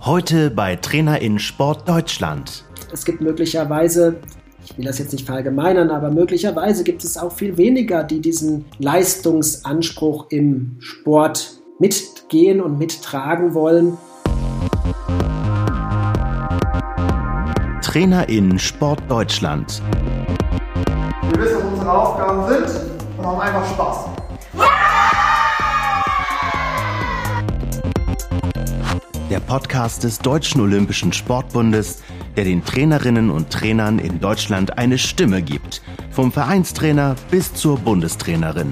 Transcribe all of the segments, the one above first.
Heute bei Trainer in Sport Deutschland. Es gibt möglicherweise, ich will das jetzt nicht verallgemeinern, aber möglicherweise gibt es auch viel weniger, die diesen Leistungsanspruch im Sport mitgehen und mittragen wollen. Trainer in Sport Deutschland. Wir wissen, was unsere Aufgaben sind und haben einfach Spaß. Der Podcast des Deutschen Olympischen Sportbundes, der den Trainerinnen und Trainern in Deutschland eine Stimme gibt. Vom Vereinstrainer bis zur Bundestrainerin.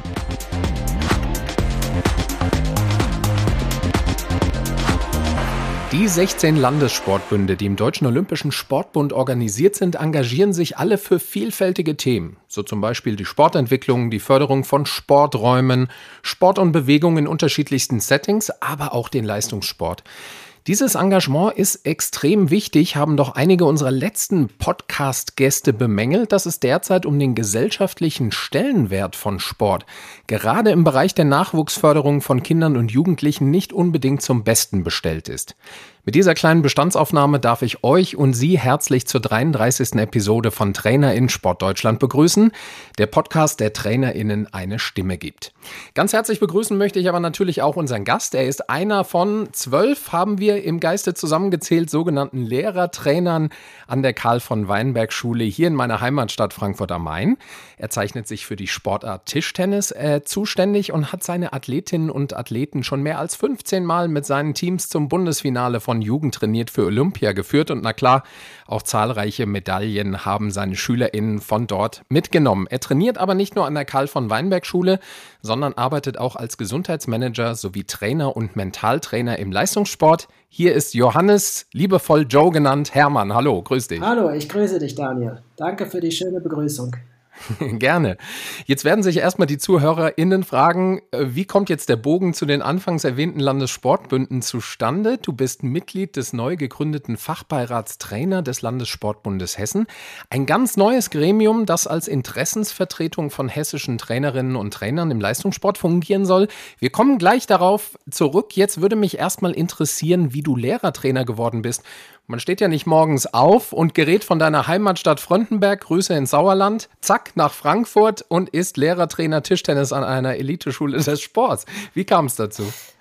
Die 16 Landessportbünde, die im Deutschen Olympischen Sportbund organisiert sind, engagieren sich alle für vielfältige Themen. So zum Beispiel die Sportentwicklung, die Förderung von Sporträumen, Sport und Bewegung in unterschiedlichsten Settings, aber auch den Leistungssport. Dieses Engagement ist extrem wichtig, haben doch einige unserer letzten Podcast-Gäste bemängelt, dass es derzeit um den gesellschaftlichen Stellenwert von Sport, gerade im Bereich der Nachwuchsförderung von Kindern und Jugendlichen, nicht unbedingt zum Besten bestellt ist. Mit dieser kleinen Bestandsaufnahme darf ich euch und Sie herzlich zur 33. Episode von Trainer in Sport Deutschland begrüßen, der Podcast, der TrainerInnen eine Stimme gibt. Ganz herzlich begrüßen möchte ich aber natürlich auch unseren Gast. Er ist einer von 12, haben wir im Geiste zusammengezählt, sogenannten Lehrertrainern an der Karl-von-Weinberg-Schule hier in meiner Heimatstadt Frankfurt am Main. Er zeichnet sich für die Sportart Tischtennis zuständig und hat seine Athletinnen und Athleten schon mehr als 15 Mal mit seinen Teams zum Bundesfinale von Jugend trainiert für Olympia geführt. Und na klar, auch zahlreiche Medaillen haben seine SchülerInnen von dort mitgenommen. Er trainiert aber nicht nur an der Karl-von-Weinberg-Schule, sondern arbeitet auch als Gesundheitsmanager sowie Trainer und Mentaltrainer im Leistungssport. Hier ist Johannes, liebevoll Joe genannt, Hermann. Hallo, grüß dich. Hallo, ich grüße dich, Daniel. Danke für die schöne Begrüßung. Gerne. Jetzt werden sich erstmal die ZuhörerInnen fragen, wie kommt jetzt der Bogen zu den anfangs erwähnten Landessportbünden zustande? Du bist Mitglied des neu gegründeten Fachbeirats Trainer des Landessportbundes Hessen. Ein ganz neues Gremium, das als Interessensvertretung von hessischen Trainerinnen und Trainern im Leistungssport fungieren soll. Wir kommen gleich darauf zurück. Jetzt würde mich erstmal interessieren, wie du Lehrertrainer geworden bist. Man steht ja nicht morgens auf und gerät von deiner Heimatstadt Fröndenberg, Grüße ins Sauerland, zack, nach Frankfurt und ist Lehrertrainer Tischtennis an einer Eliteschule des Sports. Wie kam es dazu?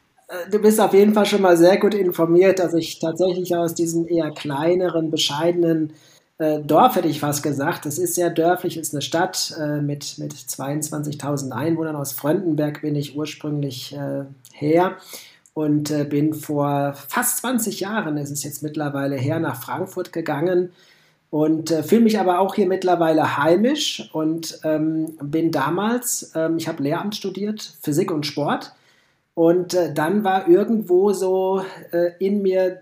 Du bist auf jeden Fall schon mal sehr gut informiert, dass ich tatsächlich aus diesem eher kleineren, bescheidenen Dorf, hätte ich fast gesagt. Es ist sehr dörflich, ist eine Stadt mit 22.000 Einwohnern. Aus Fröndenberg bin ich ursprünglich her. Und bin vor fast 20 Jahren, es ist jetzt mittlerweile her, nach Frankfurt gegangen und fühle mich aber auch hier mittlerweile heimisch und bin damals, ich habe Lehramt studiert, Physik und Sport und dann war irgendwo so in mir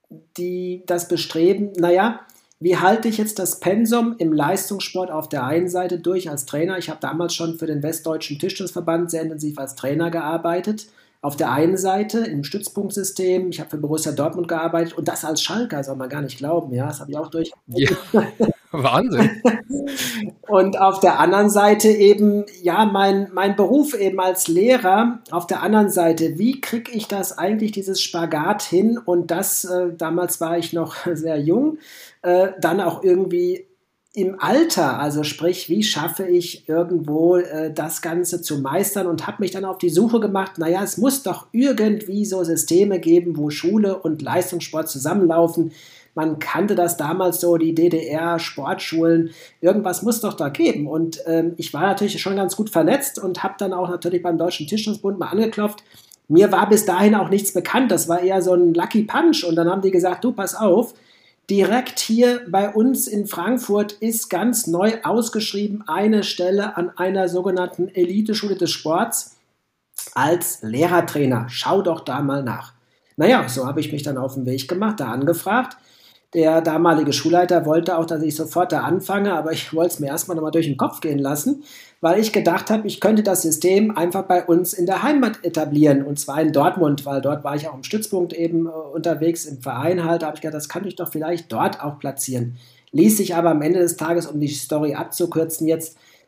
das Bestreben, wie halte ich jetzt das Pensum im Leistungssport auf der einen Seite durch als Trainer? Ich habe damals schon für den Westdeutschen Tischtennisverband sehr intensiv als Trainer gearbeitet. Auf der einen Seite im Stützpunktsystem, ich habe für Borussia Dortmund gearbeitet und das als Schalker, soll man gar nicht glauben, ja, das habe ich auch durch. Ja, Wahnsinn. Und auf der anderen Seite eben, ja, mein Beruf eben als Lehrer, auf der anderen Seite, wie kriege ich das eigentlich, dieses Spagat hin und das, damals war ich noch sehr jung, dann auch irgendwie im Alter, also sprich, wie schaffe ich irgendwo das Ganze zu meistern und habe mich dann auf die Suche gemacht, es muss doch irgendwie so Systeme geben, wo Schule und Leistungssport zusammenlaufen. Man kannte das damals so, die DDR-Sportschulen, irgendwas muss doch da geben. Und ich war natürlich schon ganz gut vernetzt und habe dann auch natürlich beim Deutschen Tischtennisbund mal angeklopft. Mir war bis dahin auch nichts bekannt, das war eher so ein Lucky Punch und dann haben die gesagt, du, pass auf, direkt hier bei uns in Frankfurt ist ganz neu ausgeschrieben eine Stelle an einer sogenannten Eliteschule des Sports als Lehrertrainer. Schau doch da mal nach. So habe ich mich dann auf den Weg gemacht, da angefragt. Der damalige Schulleiter wollte auch, dass ich sofort da anfange, aber ich wollte es mir erstmal nochmal durch den Kopf gehen lassen, weil ich gedacht habe, ich könnte das System einfach bei uns in der Heimat etablieren, und zwar in Dortmund, weil dort war ich auch im Stützpunkt eben unterwegs, im Verein halt, da habe ich gedacht, das könnte ich doch vielleicht dort auch platzieren. Ließ sich aber am Ende des Tages, um die Story abzukürzen jetzt,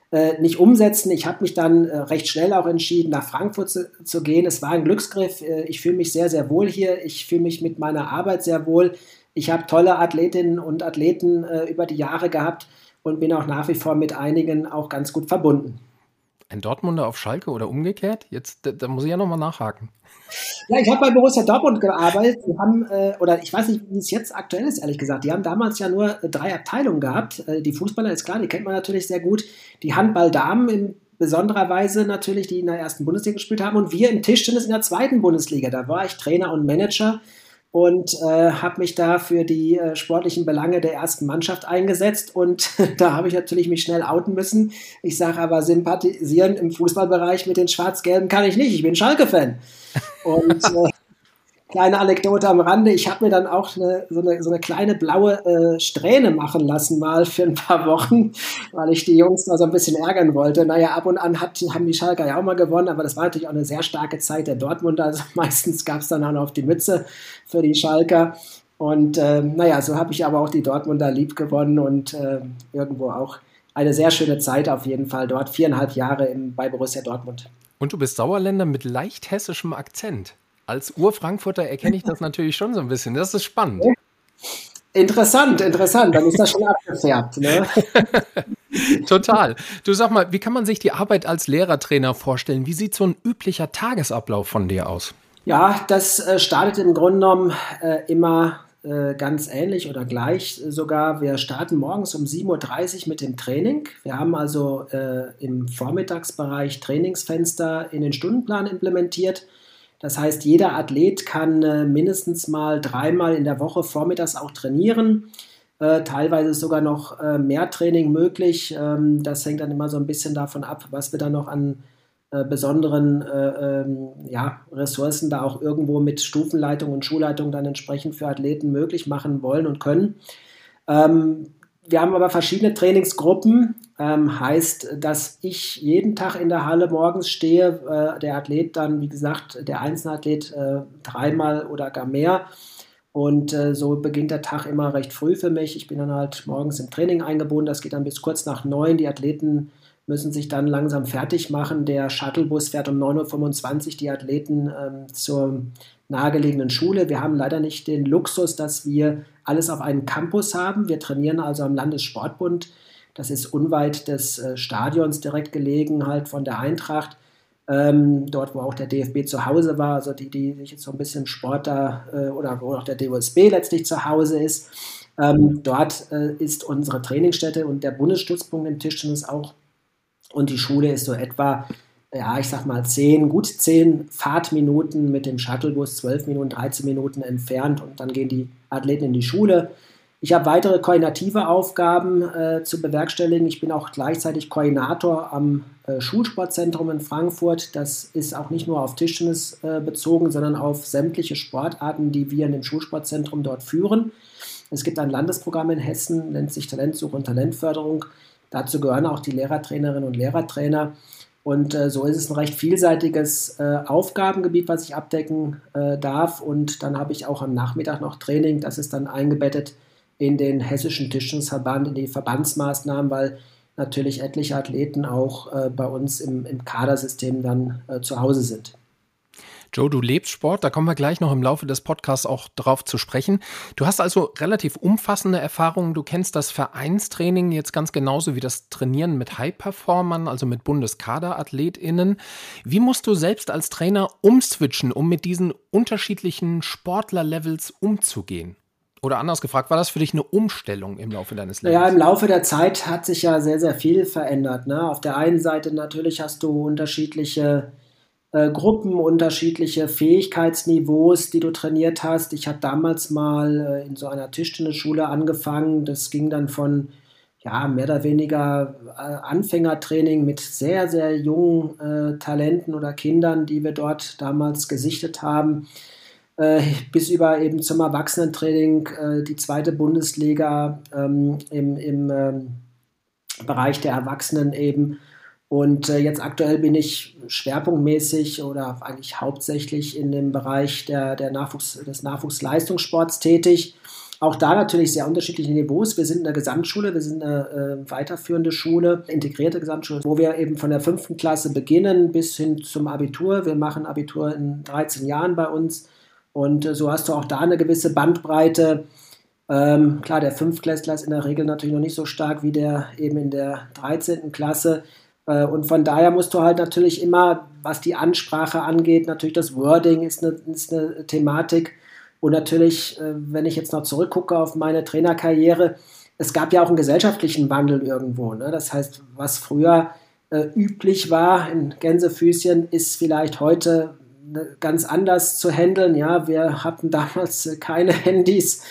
nicht umsetzen. Ich habe mich dann recht schnell auch entschieden, nach Frankfurt zu gehen. Es war ein Glücksgriff. Ich fühle mich sehr, sehr wohl hier. Ich fühle mich mit meiner Arbeit sehr wohl. Ich habe tolle Athletinnen und Athleten über die Jahre gehabt und bin auch nach wie vor mit einigen auch ganz gut verbunden. Ein Dortmunder auf Schalke oder umgekehrt? Jetzt, da muss ich ja nochmal nachhaken. Ja, ich habe bei Borussia Dortmund gearbeitet. Die haben, oder ich weiß nicht, wie es jetzt aktuell ist, ehrlich gesagt. Die haben damals ja nur 3 Abteilungen gehabt. Die Fußballer ist klar, die kennt man natürlich sehr gut. Die Handballdamen in besonderer Weise natürlich, die in der 1. Bundesliga gespielt haben. Und wir im Tischtennis in der 2. Bundesliga. Da war ich Trainer und Manager und habe mich da für die sportlichen Belange der ersten Mannschaft eingesetzt und da habe ich natürlich mich schnell outen müssen. Ich sage aber, sympathisieren im Fußballbereich mit den Schwarz-Gelben kann ich nicht, ich bin Schalke-Fan. Und kleine Anekdote am Rande, ich habe mir dann auch so eine kleine blaue Strähne machen lassen mal für ein paar Wochen, weil ich die Jungs da so ein bisschen ärgern wollte. Naja, ab und an haben die Schalker ja auch mal gewonnen, aber das war natürlich auch eine sehr starke Zeit der Dortmunder. Also meistens gab es dann auch noch auf die Mütze für die Schalker. Und so habe ich aber auch die Dortmunder lieb gewonnen und irgendwo auch eine sehr schöne Zeit auf jeden Fall dort. 4,5 Jahre bei Borussia Dortmund. Und du bist Sauerländer mit leicht hessischem Akzent. Als Ur-Frankfurter erkenne ich das natürlich schon so ein bisschen. Das ist spannend. Interessant. Dann ist das schon abgefärbt. Ne? Total. Du, sag mal, wie kann man sich die Arbeit als Lehrertrainer vorstellen? Wie sieht so ein üblicher Tagesablauf von dir aus? Ja, das startet im Grunde genommen immer ganz ähnlich oder gleich sogar. Wir starten morgens um 7.30 Uhr mit dem Training. Wir haben also im Vormittagsbereich Trainingsfenster in den Stundenplan implementiert. Das heißt, jeder Athlet kann mindestens mal 3-mal in der Woche vormittags auch trainieren. Teilweise ist sogar noch mehr Training möglich. Das hängt dann immer so ein bisschen davon ab, was wir dann noch an besonderen Ressourcen da auch irgendwo mit Stufenleitung und Schulleitung dann entsprechend für Athleten möglich machen wollen und können. Wir haben aber verschiedene Trainingsgruppen, heißt, dass ich jeden Tag in der Halle morgens stehe, der Athlet dann, wie gesagt, der Einzelathlet 3-mal oder gar mehr und so beginnt der Tag immer recht früh für mich. Ich bin dann halt morgens im Training eingebunden, das geht dann bis kurz nach 9, die Athleten müssen sich dann langsam fertig machen, der Shuttlebus fährt um 9.25 Uhr die Athleten zur nahegelegenen Schule. Wir haben leider nicht den Luxus, dass wir alles auf einem Campus haben. Wir trainieren also am Landessportbund. Das ist unweit des Stadions direkt gelegen, halt von der Eintracht. Dort, wo auch der DFB zu Hause war, also die sich jetzt so ein bisschen Sport da oder wo auch der DOSB letztlich zu Hause ist. Dort ist unsere Trainingsstätte und der Bundesstützpunkt im Tischtennis auch. Und die Schule ist so etwa, ich sag mal 10 Fahrtminuten mit dem Shuttlebus, 12 Minuten, 13 Minuten entfernt und dann gehen die Athleten in die Schule. Ich habe weitere koordinative Aufgaben zu bewerkstelligen. Ich bin auch gleichzeitig Koordinator am Schulsportzentrum in Frankfurt. Das ist auch nicht nur auf Tischtennis bezogen, sondern auf sämtliche Sportarten, die wir in dem Schulsportzentrum dort führen. Es gibt ein Landesprogramm in Hessen, nennt sich Talentsuche und Talentförderung. Dazu gehören auch die Lehrertrainerinnen und Lehrertrainer. Und so ist es ein recht vielseitiges Aufgabengebiet, was ich abdecken darf. Und dann habe ich auch am Nachmittag noch Training. Das ist dann eingebettet in den Hessischen Tischtennisverband, in die Verbandsmaßnahmen, weil natürlich etliche Athleten auch bei uns im Kadersystem dann zu Hause sind. Joe, du lebst Sport, da kommen wir gleich noch im Laufe des Podcasts auch drauf zu sprechen. Du hast also relativ umfassende Erfahrungen. Du kennst das Vereinstraining jetzt ganz genauso wie das Trainieren mit High-Performern, also mit BundeskaderAthletInnen. Wie musst du selbst als Trainer umswitchen, um mit diesen unterschiedlichen Sportler-Levels umzugehen? Oder anders gefragt, war das für dich eine Umstellung im Laufe deines Lebens? Ja, im Laufe der Zeit hat sich ja sehr, sehr viel verändert. Ne? Auf der einen Seite natürlich hast du unterschiedliche Gruppen, unterschiedliche Fähigkeitsniveaus, die du trainiert hast. Ich habe damals mal in so einer Tischtennisschule angefangen. Das ging dann von mehr oder weniger Anfängertraining mit sehr, sehr jungen Talenten oder Kindern, die wir dort damals gesichtet haben, bis über eben zum Erwachsenentraining, die 2. Bundesliga im Bereich der Erwachsenen eben. Und jetzt aktuell bin ich schwerpunktmäßig oder eigentlich hauptsächlich in dem Bereich des Nachwuchsleistungssports tätig. Auch da natürlich sehr unterschiedliche Niveaus. Wir sind eine Gesamtschule, wir sind eine weiterführende Schule, integrierte Gesamtschule, wo wir eben von der 5. Klasse beginnen bis hin zum Abitur. Wir machen Abitur in 13 Jahren bei uns und so hast du auch da eine gewisse Bandbreite. Klar, der 5-Klässler ist in der Regel natürlich noch nicht so stark wie der eben in der 13. Klasse. Und von daher musst du halt natürlich immer, was die Ansprache angeht, natürlich das Wording ist eine Thematik. Und natürlich, wenn ich jetzt noch zurückgucke auf meine Trainerkarriere, es gab ja auch einen gesellschaftlichen Wandel irgendwo. Ne? Das heißt, was früher üblich war in Gänsefüßchen, ist vielleicht heute ganz anders zu handeln. Ja, wir hatten damals keine Handys,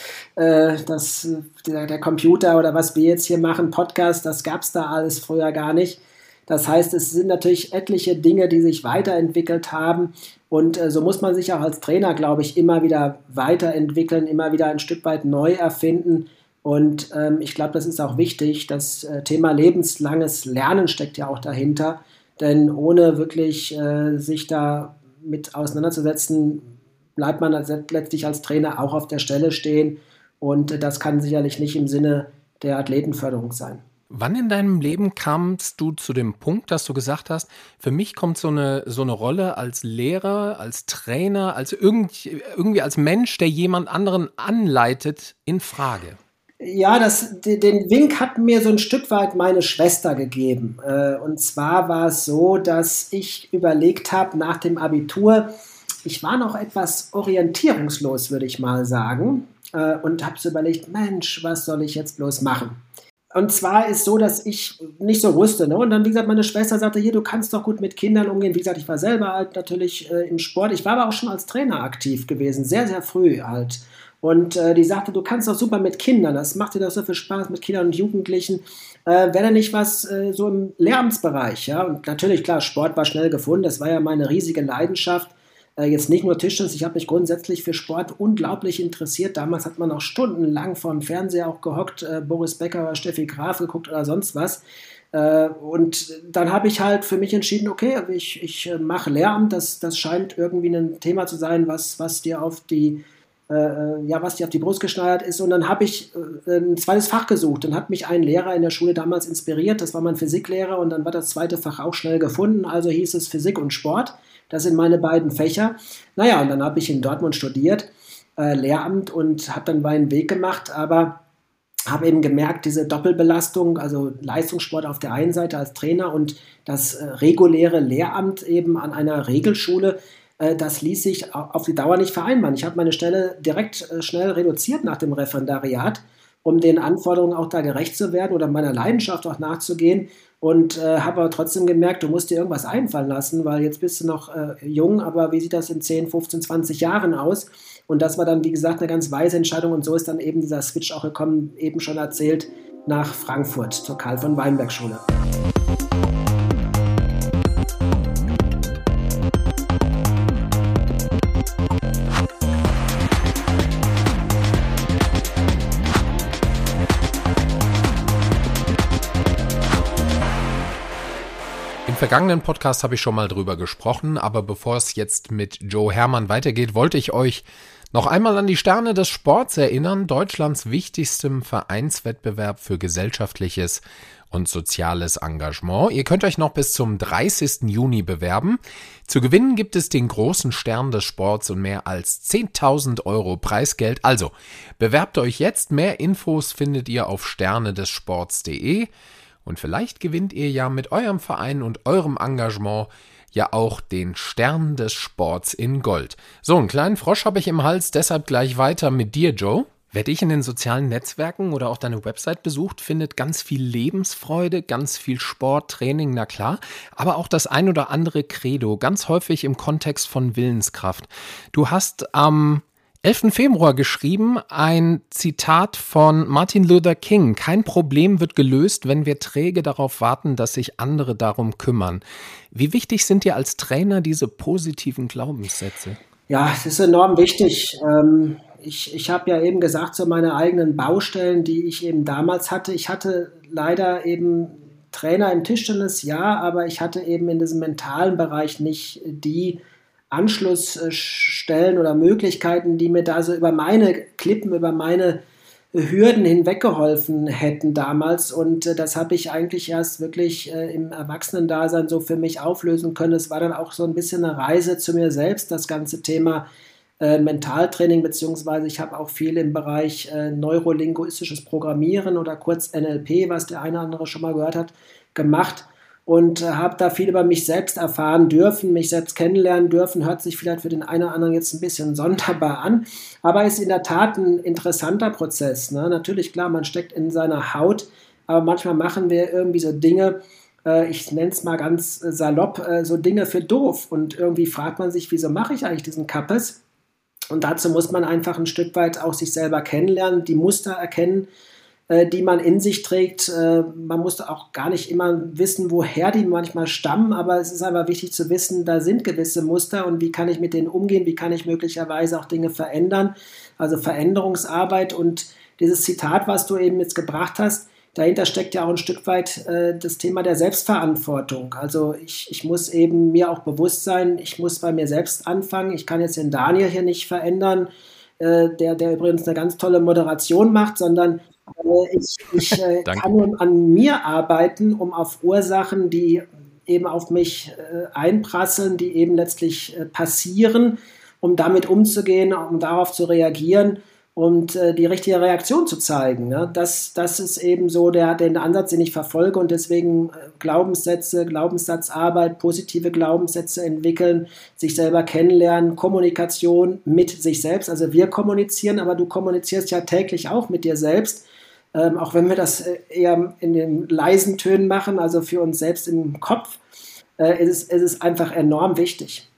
der Computer oder was wir jetzt hier machen, Podcast, das gab es da alles früher gar nicht. Das heißt, es sind natürlich etliche Dinge, die sich weiterentwickelt haben und so muss man sich auch als Trainer, glaube ich, immer wieder weiterentwickeln, immer wieder ein Stück weit neu erfinden und ich glaube, das ist auch wichtig. Das Thema lebenslanges Lernen steckt ja auch dahinter, denn ohne wirklich sich da mit auseinanderzusetzen, bleibt man letztlich als Trainer auch auf der Stelle stehen und das kann sicherlich nicht im Sinne der Athletenförderung sein. Wann in deinem Leben kamst du zu dem Punkt, dass du gesagt hast, für mich kommt so eine Rolle als Lehrer, als Trainer, als irgendwie als Mensch, der jemand anderen anleitet, in Frage? Ja, den Wink hat mir so ein Stück weit meine Schwester gegeben. Und zwar war es so, dass ich überlegt habe nach dem Abitur, ich war noch etwas orientierungslos, würde ich mal sagen, und habe so überlegt, Mensch, was soll ich jetzt bloß machen? Und zwar ist so, dass ich nicht so wusste. Ne? Und dann, wie gesagt, meine Schwester sagte, hier, du kannst doch gut mit Kindern umgehen. Wie gesagt, ich war selber halt natürlich im Sport. Ich war aber auch schon als Trainer aktiv gewesen, sehr, sehr früh halt. Und die sagte, du kannst doch super mit Kindern. Das macht dir doch so viel Spaß mit Kindern und Jugendlichen. Wäre da nicht was so im Lehramtsbereich? Ja? Und natürlich, klar, Sport war schnell gefunden. Das war ja meine riesige Leidenschaft. Jetzt nicht nur Tischtennis, ich habe mich grundsätzlich für Sport unglaublich interessiert. Damals hat man auch stundenlang vor dem Fernseher auch gehockt, Boris Becker oder Steffi Graf geguckt oder sonst was. Und dann habe ich halt für mich entschieden, okay, ich mache Lehramt, das scheint irgendwie ein Thema zu sein, was dir auf die Brust geschneidert ist. Und dann habe ich ein zweites Fach gesucht. Dann hat mich ein Lehrer in der Schule damals inspiriert, das war mein Physiklehrer und dann war das zweite Fach auch schnell gefunden. Also hieß es Physik und Sport. Das sind meine beiden Fächer. Naja, und dann habe ich in Dortmund studiert, Lehramt und habe dann meinen Weg gemacht, aber habe eben gemerkt, diese Doppelbelastung, also Leistungssport auf der einen Seite als Trainer und das reguläre Lehramt eben an einer Regelschule, das ließ sich auf die Dauer nicht vereinbaren. Ich habe meine Stelle direkt schnell reduziert nach dem Referendariat, um den Anforderungen auch da gerecht zu werden oder meiner Leidenschaft auch nachzugehen. Und habe aber trotzdem gemerkt, du musst dir irgendwas einfallen lassen, weil jetzt bist du noch jung, aber wie sieht das in 10, 15, 20 Jahren aus? Und das war dann, wie gesagt, eine ganz weise Entscheidung und so ist dann eben dieser Switch auch gekommen, eben schon erzählt, nach Frankfurt zur Karl von Weinberg Schule. Im vergangenen Podcast habe ich schon mal drüber gesprochen, aber bevor es jetzt mit Joe Herrmann weitergeht, wollte ich euch noch einmal an die Sterne des Sports erinnern, Deutschlands wichtigstem Vereinswettbewerb für gesellschaftliches und soziales Engagement. Ihr könnt euch noch bis zum 30. Juni bewerben. Zu gewinnen gibt es den großen Stern des Sports und mehr als 10.000 € Preisgeld. Also, bewerbt euch jetzt. Mehr Infos findet ihr auf sternedesports.de. Und vielleicht gewinnt ihr ja mit eurem Verein und eurem Engagement ja auch den Stern des Sports in Gold. So, einen kleinen Frosch habe ich im Hals, deshalb gleich weiter mit dir, Joe. Wer dich in den sozialen Netzwerken oder auch deine Website besucht, findet ganz viel Lebensfreude, ganz viel Sport, Training, na klar, aber auch das ein oder andere Credo, ganz häufig im Kontext von Willenskraft. Du hast am 11. Februar geschrieben, ein Zitat von Martin Luther King. Kein Problem wird gelöst, wenn wir träge darauf warten, dass sich andere darum kümmern. Wie wichtig sind dir als Trainer diese positiven Glaubenssätze? Ja, es ist enorm wichtig. Ich habe ja eben gesagt, so meine eigenen Baustellen, die ich eben damals hatte. Ich hatte leider eben Trainer im Tischtennis, ja, aber ich hatte eben in diesem mentalen Bereich nicht die Anschlussstellen oder Möglichkeiten, die mir da so über meine Klippen, über meine Hürden hinweggeholfen hätten damals. Und das habe ich eigentlich erst wirklich im Erwachsenendasein so für mich auflösen können. Es war dann auch so ein bisschen eine Reise zu mir selbst, das ganze Thema Mentaltraining, beziehungsweise ich habe auch viel im Bereich neurolinguistisches Programmieren oder kurz NLP, was der eine oder andere schon mal gehört hat, gemacht. Und habe da viel über mich selbst erfahren dürfen, mich selbst kennenlernen dürfen. Hört sich vielleicht für den einen oder anderen jetzt ein bisschen sonderbar an, aber ist in der Tat ein interessanter Prozess. Ne? Natürlich, klar, man steckt in seiner Haut, aber manchmal machen wir irgendwie so Dinge, ich nenne es mal ganz salopp, so Dinge für doof. Und irgendwie fragt man sich, wieso mache ich eigentlich diesen Kappes? Und dazu muss man einfach ein Stück weit auch sich selber kennenlernen, die Muster erkennen, die man in sich trägt. Man muss auch gar nicht immer wissen, woher die manchmal stammen, aber es ist aber wichtig zu wissen, da sind gewisse Muster und wie kann ich mit denen umgehen, wie kann ich möglicherweise auch Dinge verändern, also Veränderungsarbeit. Und dieses Zitat, was du eben jetzt gebracht hast, dahinter steckt ja auch ein Stück weit das Thema der Selbstverantwortung. Also ich muss eben mir auch bewusst sein, ich muss bei mir selbst anfangen, ich kann jetzt den Daniel hier nicht verändern, der übrigens eine ganz tolle Moderation macht, sondern ich kann nur an mir arbeiten, um auf Ursachen, die eben auf mich einprasseln, die eben letztlich passieren, um damit umzugehen, um darauf zu reagieren und die richtige Reaktion zu zeigen. Ne? Das ist eben so den Ansatz, den ich verfolge, und deswegen Glaubenssätze, Glaubenssatzarbeit, positive Glaubenssätze entwickeln, sich selber kennenlernen, Kommunikation mit sich selbst. Also wir kommunizieren, aber du kommunizierst ja täglich auch mit dir selbst. Auch wenn wir das eher in den leisen Tönen machen, also für uns selbst im Kopf, ist es einfach enorm wichtig.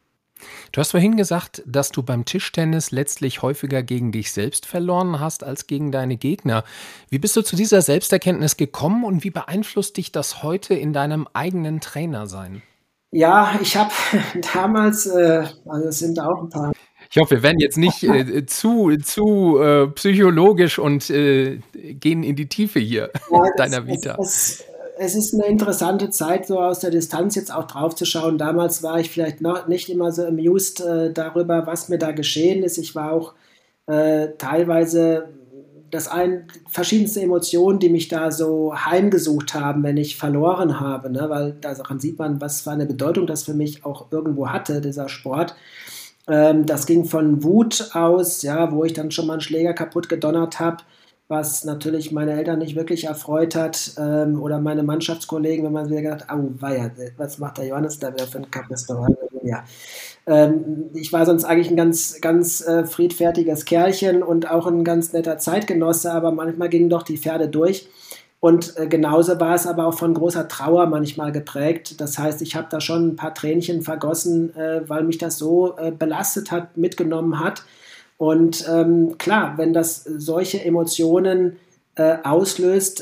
Du hast vorhin gesagt, dass du beim Tischtennis letztlich häufiger gegen dich selbst verloren hast als gegen deine Gegner. Wie bist du zu dieser Selbsterkenntnis gekommen und wie beeinflusst dich das heute in deinem eigenen Trainersein? Ja, ich habe damals, also es sind auch ein paar. Ich hoffe, wir werden jetzt nicht zu psychologisch und gehen in die Tiefe hier deiner Vita. Es ist eine interessante Zeit, so aus der Distanz jetzt auch drauf zu schauen. Damals war ich vielleicht noch nicht immer so amused darüber, was mir da geschehen ist. Ich war auch teilweise verschiedenste Emotionen, die mich da so heimgesucht haben, wenn ich verloren habe, ne? Weil daran sieht man, was für eine Bedeutung das für mich auch irgendwo hatte, dieser Sport. Das ging von Wut aus, ja, wo ich dann schon mal einen Schläger kaputt gedonnert habe, was natürlich meine Eltern nicht wirklich erfreut hat, oder meine Mannschaftskollegen, wenn man wieder gedacht, weia, was macht der Johannes da wieder für ein Kappes? Ja. Ich war sonst eigentlich ein ganz, ganz friedfertiges Kerlchen und auch ein ganz netter Zeitgenosse, aber manchmal gingen doch die Pferde durch. Und genauso war es aber auch von großer Trauer manchmal geprägt. Das heißt, ich habe da schon ein paar Tränchen vergossen, weil mich das so belastet hat, mitgenommen hat. Und klar, wenn das solche Emotionen auslöst,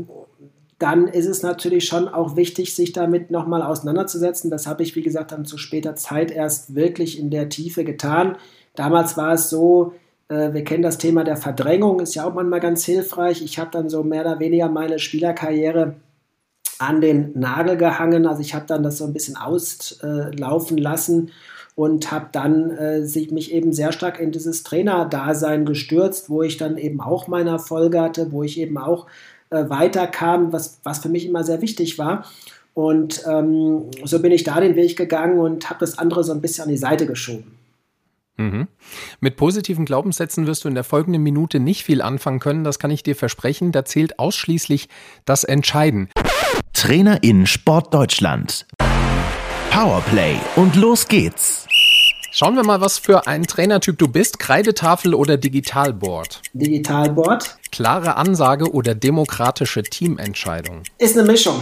dann ist es natürlich schon auch wichtig, sich damit nochmal auseinanderzusetzen. Das habe ich, wie gesagt, dann zu später Zeit erst wirklich in der Tiefe getan. Damals war es so, wir kennen das Thema der Verdrängung, ist ja auch manchmal ganz hilfreich. Ich habe dann so mehr oder weniger meine Spielerkarriere an den Nagel gehangen. Also ich habe dann das so ein bisschen auslaufen lassen und habe dann mich eben sehr stark in dieses Trainerdasein gestürzt, wo ich dann eben auch meine Erfolge hatte, wo ich eben auch weiterkam, was für mich immer sehr wichtig war. Und so bin ich da den Weg gegangen und habe das andere so ein bisschen an die Seite geschoben. Mhm. Mit positiven Glaubenssätzen wirst du in der folgenden Minute nicht viel anfangen können, das kann ich dir versprechen. Da zählt ausschließlich das Entscheiden. Trainer in Sport Deutschland. Powerplay und los geht's. Schauen wir mal, was für ein Trainertyp du bist. Kreidetafel oder Digitalboard? Digitalboard. Klare Ansage oder demokratische Teamentscheidung? Ist eine Mischung.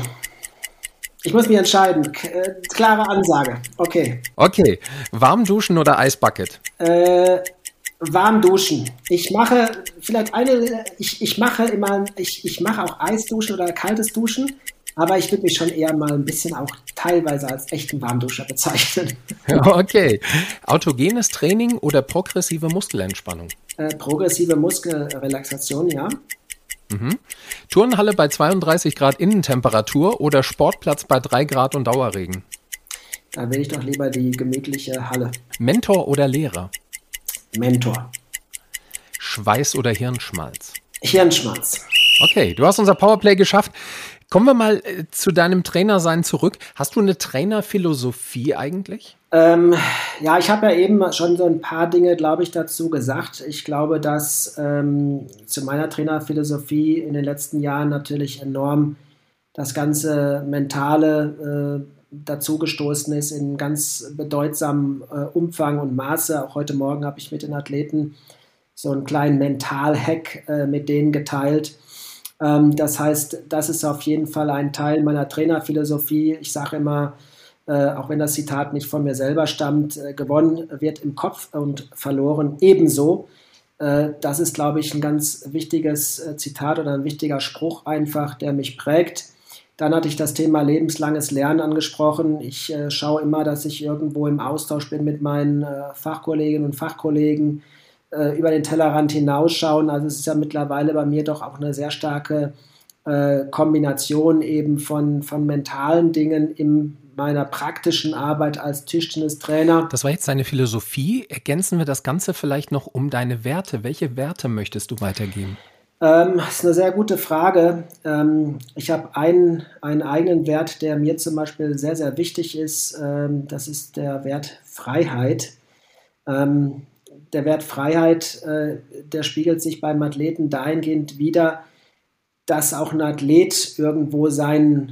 Ich muss mich entscheiden. Klare Ansage. Okay. Okay. Warm duschen oder Eisbucket? Warm duschen. Ich mache auch Eisduschen oder kaltes Duschen, aber ich würde mich schon eher mal ein bisschen auch teilweise als echten Warmduscher bezeichnen. Okay. Autogenes Training oder progressive Muskelentspannung? Progressive Muskelrelaxation, ja. Mhm. Turnhalle bei 32 Grad Innentemperatur oder Sportplatz bei 3 Grad und Dauerregen? Da will ich doch lieber die gemütliche Halle. Mentor oder Lehrer? Mentor. Schweiß oder Hirnschmalz? Hirnschmalz. Okay, du hast unser Powerplay geschafft. Kommen wir mal zu deinem Trainersein zurück. Hast du eine Trainerphilosophie eigentlich? Ja, ich habe ja eben schon so ein paar Dinge, glaube ich, dazu gesagt. Ich glaube, dass zu meiner Trainerphilosophie in den letzten Jahren natürlich enorm das ganze Mentale dazugestoßen ist in ganz bedeutsamem Umfang und Maße. Auch heute Morgen habe ich mit den Athleten so einen kleinen Mental-Hack mit denen geteilt. Das heißt, das ist auf jeden Fall ein Teil meiner Trainerphilosophie. Ich sage immer, auch wenn das Zitat nicht von mir selber stammt, gewonnen wird im Kopf und verloren ebenso. Das ist, glaube ich, ein ganz wichtiges Zitat oder ein wichtiger Spruch einfach, der mich prägt. Dann hatte ich das Thema lebenslanges Lernen angesprochen. Ich schaue immer, dass ich irgendwo im Austausch bin mit meinen Fachkolleginnen und Fachkollegen, über den Tellerrand hinausschauen. Also es ist ja mittlerweile bei mir doch auch eine sehr starke Kombination eben von mentalen Dingen in meiner praktischen Arbeit als Tischtennistrainer. Das war jetzt deine Philosophie. Ergänzen wir das Ganze vielleicht noch um deine Werte. Welche Werte möchtest du weitergeben? Das ist eine sehr gute Frage. Ich habe einen eigenen Wert, der mir zum Beispiel sehr, sehr wichtig ist. Das ist der Wert Freiheit. Der Wert Freiheit, der spiegelt sich beim Athleten dahingehend wider, dass auch ein Athlet irgendwo seinen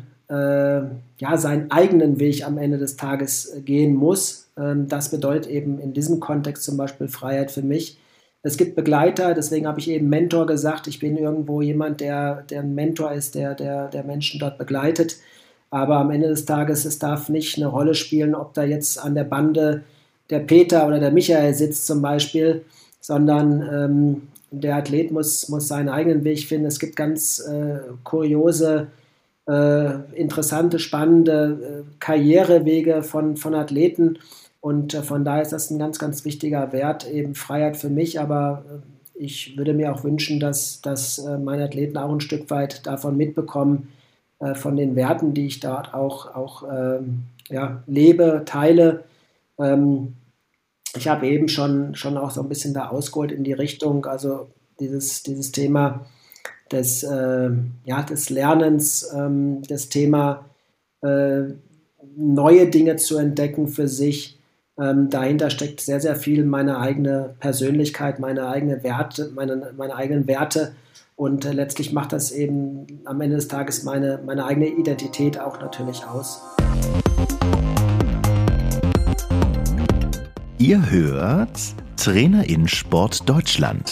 eigenen Weg am Ende des Tages gehen muss. Das bedeutet eben in diesem Kontext zum Beispiel Freiheit für mich. Es gibt Begleiter, deswegen habe ich eben Mentor gesagt. Ich bin irgendwo jemand, der ein Mentor ist, der Menschen dort begleitet. Aber am Ende des Tages, es darf nicht eine Rolle spielen, ob da jetzt an der Bande der Peter oder der Michael sitzt zum Beispiel, sondern der Athlet muss seinen eigenen Weg finden. Es gibt ganz kuriose, interessante, spannende Karrierewege von Athleten und von daher ist das ein ganz, ganz wichtiger Wert, eben Freiheit für mich, aber ich würde mir auch wünschen, dass meine Athleten auch ein Stück weit davon mitbekommen, von den Werten, die ich dort auch lebe, teile. Ich habe eben schon auch so ein bisschen da ausgeholt in die Richtung, also dieses Thema des Lernens, das Thema neue Dinge zu entdecken für sich. Dahinter steckt sehr, sehr viel meine eigene Persönlichkeit, meine eigenen Werte und letztlich macht das eben am Ende des Tages meine eigene Identität auch natürlich aus. Ihr hört Trainer in Sport Deutschland.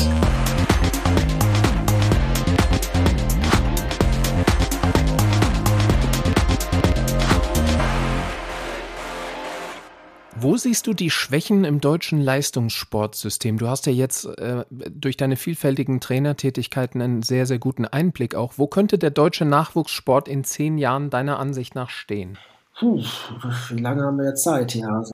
Wo siehst du die Schwächen im deutschen Leistungssportsystem? Du hast ja jetzt durch deine vielfältigen Trainertätigkeiten einen sehr, sehr guten Einblick auch. Wo könnte der deutsche Nachwuchssport in 10 Jahren deiner Ansicht nach stehen? Wie lange haben wir jetzt Zeit? Ja.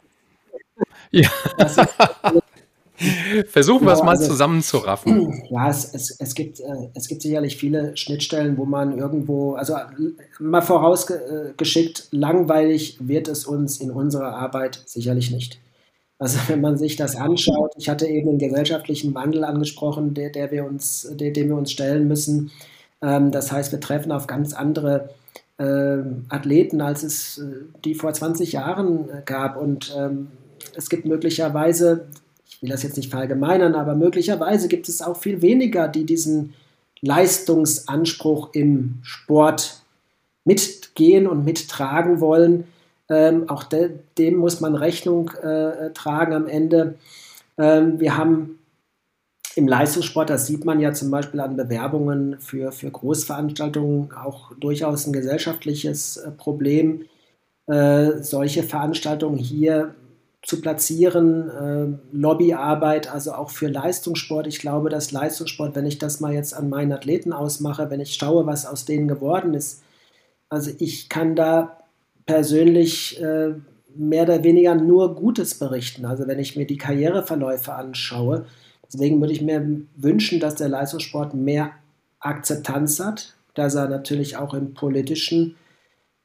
Versuchen wir es mal zusammenzuraffen. Ja, es gibt sicherlich viele Schnittstellen, wo man irgendwo, also mal vorausgeschickt, langweilig wird es uns in unserer Arbeit sicherlich nicht. Also wenn man sich das anschaut, ich hatte eben den gesellschaftlichen Wandel angesprochen, dem wir uns stellen müssen. Das heißt, wir treffen auf ganz andere Athleten, als es die vor 20 Jahren gab und es gibt möglicherweise, ich will das jetzt nicht verallgemeinern, aber möglicherweise gibt es auch viel weniger, die diesen Leistungsanspruch im Sport mitgehen und mittragen wollen. Auch dem muss man Rechnung tragen am Ende. Wir haben im Leistungssport, das sieht man ja zum Beispiel an Bewerbungen für Großveranstaltungen, auch durchaus ein gesellschaftliches Problem, solche Veranstaltungen hier zu platzieren, Lobbyarbeit, also auch für Leistungssport. Ich glaube, dass Leistungssport, wenn ich das mal jetzt an meinen Athleten ausmache, wenn ich schaue, was aus denen geworden ist, also ich kann da persönlich mehr oder weniger nur Gutes berichten. Also wenn ich mir die Karriereverläufe anschaue, deswegen würde ich mir wünschen, dass der Leistungssport mehr Akzeptanz hat, dass er natürlich auch im politischen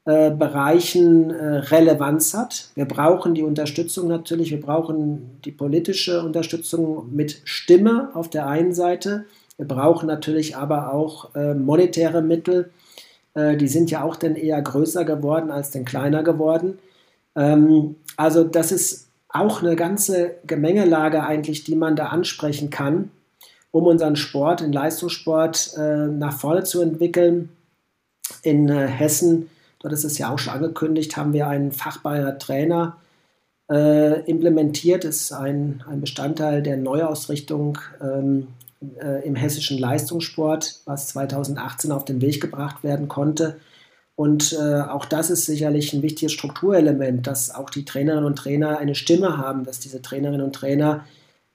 Bereichen Relevanz hat. Wir brauchen die Unterstützung natürlich, wir brauchen die politische Unterstützung mit Stimme auf der einen Seite. Wir brauchen natürlich aber auch monetäre Mittel. Die sind ja auch dann eher größer geworden als denn kleiner geworden. Also das ist auch eine ganze Gemengelage eigentlich, die man da ansprechen kann, um unseren Sport, den Leistungssport nach vorne zu entwickeln. In Hessen, dort ist es ja auch schon angekündigt, haben wir einen Fachbeirat Trainer implementiert. Das ist ein Bestandteil der Neuausrichtung im hessischen Leistungssport, was 2018 auf den Weg gebracht werden konnte. Und auch das ist sicherlich ein wichtiges Strukturelement, dass auch die Trainerinnen und Trainer eine Stimme haben, dass diese Trainerinnen und Trainer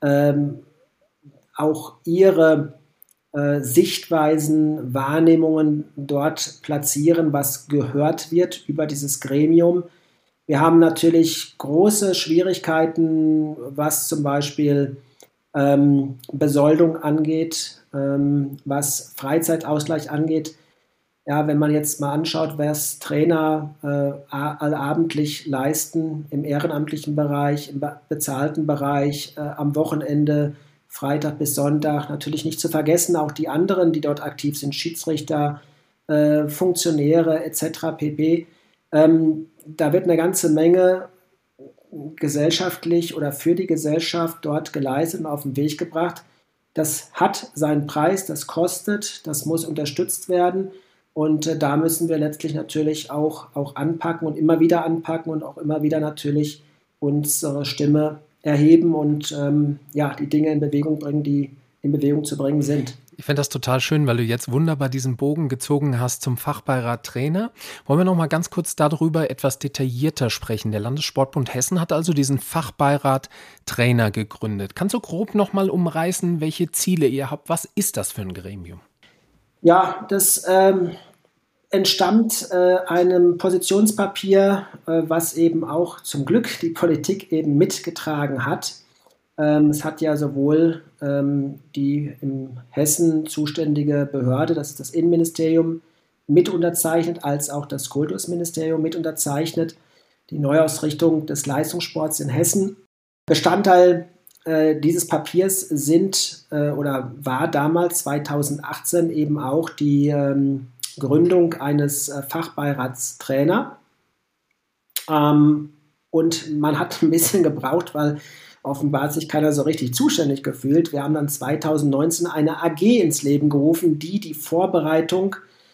auch ihre Sichtweisen, Wahrnehmungen dort platzieren, was gehört wird über dieses Gremium. Wir haben natürlich große Schwierigkeiten, was zum Beispiel Besoldung angeht, was Freizeitausgleich angeht. Ja, wenn man jetzt mal anschaut, was Trainer allabendlich leisten im ehrenamtlichen Bereich, im bezahlten Bereich, am Wochenende, Freitag bis Sonntag, natürlich nicht zu vergessen, auch die anderen, die dort aktiv sind, Schiedsrichter, Funktionäre etc. pp. Da wird eine ganze Menge gesellschaftlich oder für die Gesellschaft dort geleistet und auf den Weg gebracht. Das hat seinen Preis, das kostet, das muss unterstützt werden. Und da müssen wir letztlich natürlich auch anpacken und immer wieder anpacken und auch immer wieder natürlich unsere Stimme erheben und die Dinge in Bewegung bringen, die in Bewegung zu bringen sind. Ich finde das total schön, weil du jetzt wunderbar diesen Bogen gezogen hast zum Fachbeirat Trainer. Wollen wir noch mal ganz kurz darüber etwas detaillierter sprechen? Der Landessportbund Hessen hat also diesen Fachbeirat Trainer gegründet. Kannst du grob noch mal umreißen, welche Ziele ihr habt? Was ist das für ein Gremium? Ja, das entstammt einem Positionspapier, was eben auch zum Glück die Politik eben mitgetragen hat. Es hat ja sowohl die in Hessen zuständige Behörde, das ist das Innenministerium, mit unterzeichnet, als auch das Kultusministerium mit unterzeichnet. Die Neuausrichtung des Leistungssports in Hessen. Bestandteil dieses Papiers war damals 2018 eben auch die Gründung eines Fachbeirats Trainer. Und man hat ein bisschen gebraucht, weil offenbar hat sich keiner so richtig zuständig gefühlt. Wir haben dann 2019 eine AG ins Leben gerufen, die Vorbereitung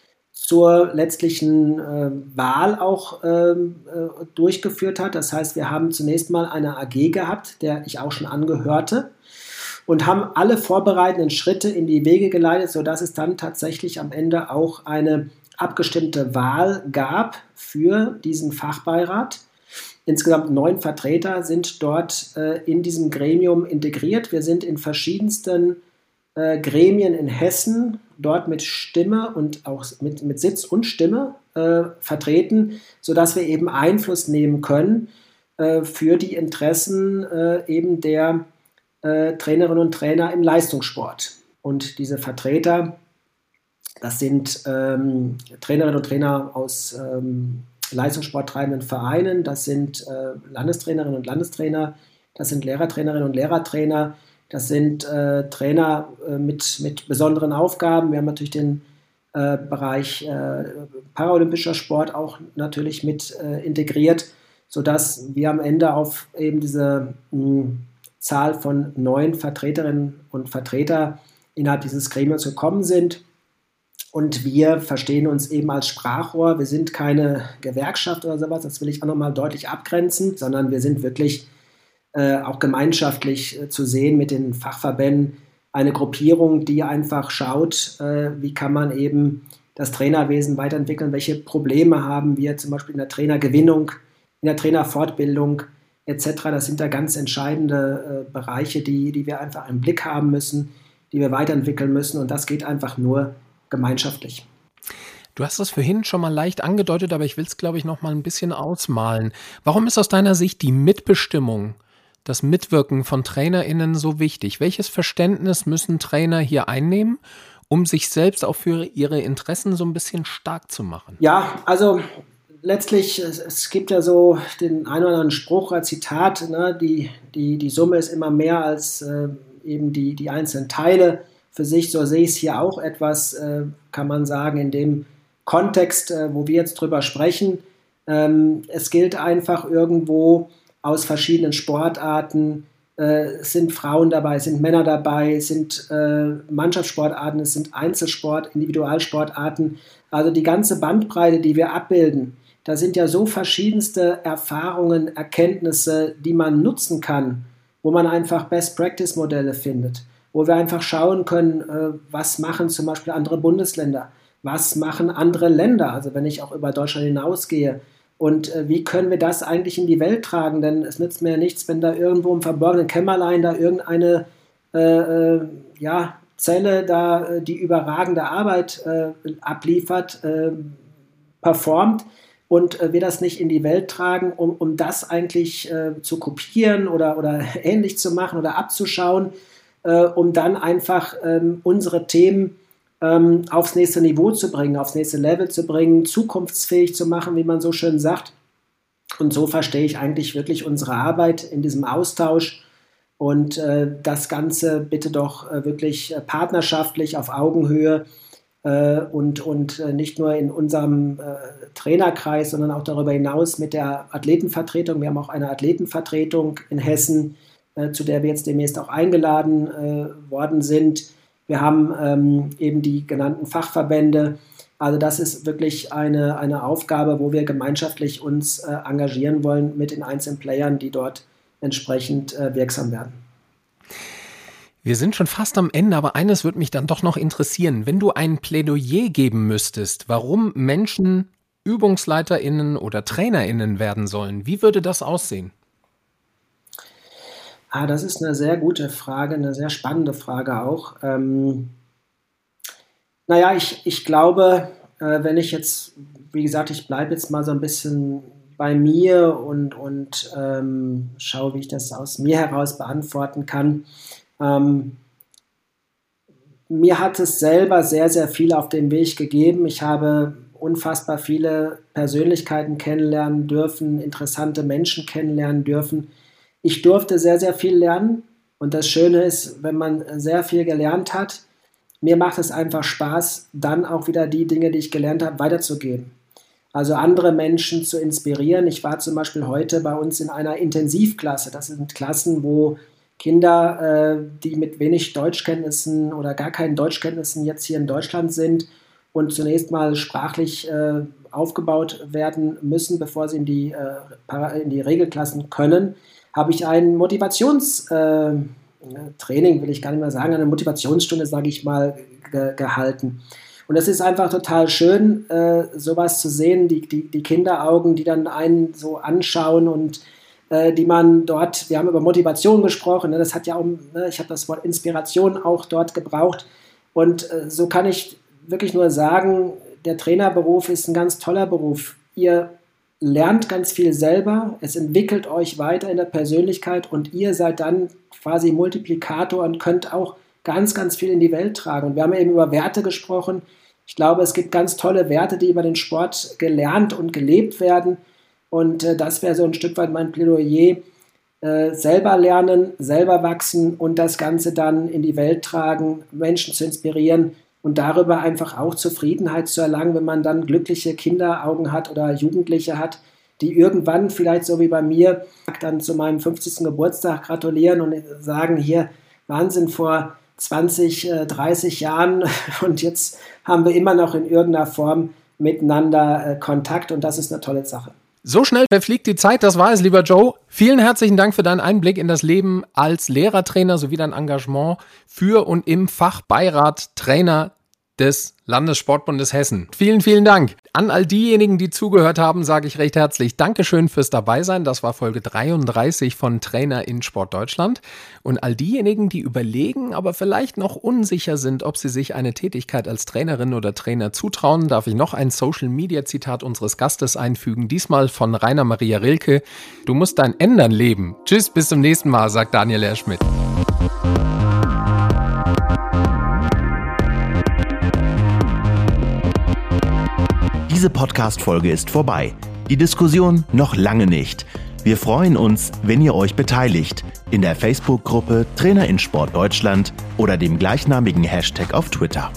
zur letztlichen Wahl auch durchgeführt hat. Das heißt, wir haben zunächst mal eine AG gehabt, der ich auch schon angehörte, und haben alle vorbereitenden Schritte in die Wege geleitet, sodass es dann tatsächlich am Ende auch eine abgestimmte Wahl gab für diesen Fachbeirat. Insgesamt 9 Vertreter sind dort in diesem Gremium integriert. Wir sind in verschiedensten Gremien in Hessen, dort mit Stimme und auch mit Sitz und Stimme vertreten, sodass wir eben Einfluss nehmen können für die Interessen eben der Trainerinnen und Trainer im Leistungssport. Und diese Vertreter, das sind Trainerinnen und Trainer aus leistungssporttreibenden Vereinen, das sind Landestrainerinnen und Landestrainer, das sind Lehrertrainerinnen und Lehrertrainer, das sind Trainer mit besonderen Aufgaben. Wir haben natürlich den Bereich paralympischer Sport auch natürlich mit integriert, sodass wir am Ende auf eben diese Zahl von 9 Vertreterinnen und Vertreter innerhalb dieses Gremiums gekommen sind. Und wir verstehen uns eben als Sprachrohr. Wir sind keine Gewerkschaft oder sowas, das will ich auch nochmal deutlich abgrenzen, sondern wir sind wirklich auch gemeinschaftlich zu sehen mit den Fachverbänden. Eine Gruppierung, die einfach schaut, wie kann man eben das Trainerwesen weiterentwickeln, welche Probleme haben wir zum Beispiel in der Trainergewinnung, in der Trainerfortbildung etc. Das sind da ganz entscheidende Bereiche, die wir einfach im Blick haben müssen, die wir weiterentwickeln müssen, und das geht einfach nur gemeinschaftlich. Du hast das vorhin schon mal leicht angedeutet, aber ich will es, glaube ich, noch mal ein bisschen ausmalen. Warum ist aus deiner Sicht die Mitbestimmung, das Mitwirken von TrainerInnen so wichtig? Welches Verständnis müssen Trainer hier einnehmen, um sich selbst auch für ihre Interessen so ein bisschen stark zu machen? Ja, also letztlich, es gibt ja so den einen oder anderen Spruch als Zitat, ne, die Summe ist immer mehr als eben die einzelnen Teile für sich. So sehe ich es hier auch etwas, kann man sagen, in dem Kontext, wo wir jetzt drüber sprechen. Es gilt einfach irgendwo aus verschiedenen Sportarten, es sind Frauen dabei, es sind Männer dabei, es sind Mannschaftssportarten, es sind Einzelsport, Individualsportarten. Also die ganze Bandbreite, die wir abbilden, da sind ja so verschiedenste Erfahrungen, Erkenntnisse, die man nutzen kann, wo man einfach Best-Practice-Modelle findet, wo wir einfach schauen können, was machen zum Beispiel andere Bundesländer, was machen andere Länder, also wenn ich auch über Deutschland hinausgehe, und wie können wir das eigentlich in die Welt tragen, denn es nützt mir ja nichts, wenn da irgendwo im verborgenen Kämmerlein da irgendeine Zelle da die überragende Arbeit abliefert, performt, und wir das nicht in die Welt tragen, um das eigentlich zu kopieren oder ähnlich zu machen oder abzuschauen, um dann einfach unsere Themen aufs nächste Niveau zu bringen, aufs nächste Level zu bringen, zukunftsfähig zu machen, wie man so schön sagt. Und so verstehe ich eigentlich wirklich unsere Arbeit in diesem Austausch und das Ganze bitte doch wirklich partnerschaftlich auf Augenhöhe und nicht nur in unserem Trainerkreis, sondern auch darüber hinaus mit der Athletenvertretung. Wir haben auch eine Athletenvertretung in Hessen, zu der wir jetzt demnächst auch eingeladen worden sind. Wir haben eben die genannten Fachverbände. Also das ist wirklich eine Aufgabe, wo wir gemeinschaftlich uns engagieren wollen mit den einzelnen Playern, die dort entsprechend wirksam werden. Wir sind schon fast am Ende, aber eines würde mich dann doch noch interessieren. Wenn du ein Plädoyer geben müsstest, warum Menschen ÜbungsleiterInnen oder TrainerInnen werden sollen, wie würde das aussehen? Das ist eine sehr gute Frage, eine sehr spannende Frage auch. Ich glaube, wenn ich jetzt, wie gesagt, ich bleibe jetzt mal so ein bisschen bei mir und schaue, wie ich das aus mir heraus beantworten kann. Mir hat es selber sehr, sehr viel auf den Weg gegeben. Ich habe unfassbar viele Persönlichkeiten kennenlernen dürfen, interessante Menschen kennenlernen dürfen. Ich durfte sehr, sehr viel lernen, und das Schöne ist, wenn man sehr viel gelernt hat, mir macht es einfach Spaß, dann auch wieder die Dinge, die ich gelernt habe, weiterzugeben. Also andere Menschen zu inspirieren. Ich war zum Beispiel heute bei uns in einer Intensivklasse. Das sind Klassen, wo Kinder, die mit wenig Deutschkenntnissen oder gar keinen Deutschkenntnissen jetzt hier in Deutschland sind und zunächst mal sprachlich aufgebaut werden müssen, bevor sie in die Regelklassen können, habe ich ein Motivationstraining, will ich gar nicht mehr sagen, eine Motivationsstunde, sage ich mal, gehalten. Und es ist einfach total schön, sowas zu sehen, die Kinderaugen, die dann einen so anschauen und die man dort, wir haben über Motivation gesprochen, das hat ja auch, ich habe das Wort Inspiration auch dort gebraucht, und so kann ich wirklich nur sagen, der Trainerberuf ist ein ganz toller Beruf. Ihr lernt ganz viel selber, es entwickelt euch weiter in der Persönlichkeit und ihr seid dann quasi Multiplikator und könnt auch ganz, ganz viel in die Welt tragen. Und wir haben eben über Werte gesprochen. Ich glaube, es gibt ganz tolle Werte, die über den Sport gelernt und gelebt werden. Und das wäre so ein Stück weit mein Plädoyer. Selber lernen, selber wachsen und das Ganze dann in die Welt tragen, Menschen zu inspirieren und darüber einfach auch Zufriedenheit zu erlangen, wenn man dann glückliche Kinderaugen hat oder Jugendliche hat, die irgendwann vielleicht so wie bei mir dann zu meinem 50. Geburtstag gratulieren und sagen, hier, Wahnsinn, vor 20, 30 Jahren und jetzt haben wir immer noch in irgendeiner Form miteinander Kontakt, und das ist eine tolle Sache. So schnell verfliegt die Zeit, das war es, lieber Joe. Vielen herzlichen Dank für deinen Einblick in das Leben als Lehrertrainer sowie dein Engagement für und im Fachbeirat Trainer des Landessportbundes Hessen. Vielen, vielen Dank. An all diejenigen, die zugehört haben, sage ich recht herzlich Dankeschön fürs Dabeisein. Das war Folge 33 von Trainer in Sport Deutschland. Und all diejenigen, die überlegen, aber vielleicht noch unsicher sind, ob sie sich eine Tätigkeit als Trainerin oder Trainer zutrauen, darf ich noch ein Social-Media-Zitat unseres Gastes einfügen, diesmal von Rainer Maria Rilke. Du musst dein Ändern leben. Tschüss, bis zum nächsten Mal, sagt Daniel R. Schmidt. Diese Podcast-Folge ist vorbei. Die Diskussion noch lange nicht. Wir freuen uns, wenn ihr euch beteiligt in der Facebook-Gruppe Trainer in Sport Deutschland oder dem gleichnamigen Hashtag auf Twitter.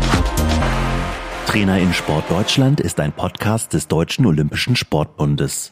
Trainer in Sport Deutschland ist ein Podcast des Deutschen Olympischen Sportbundes.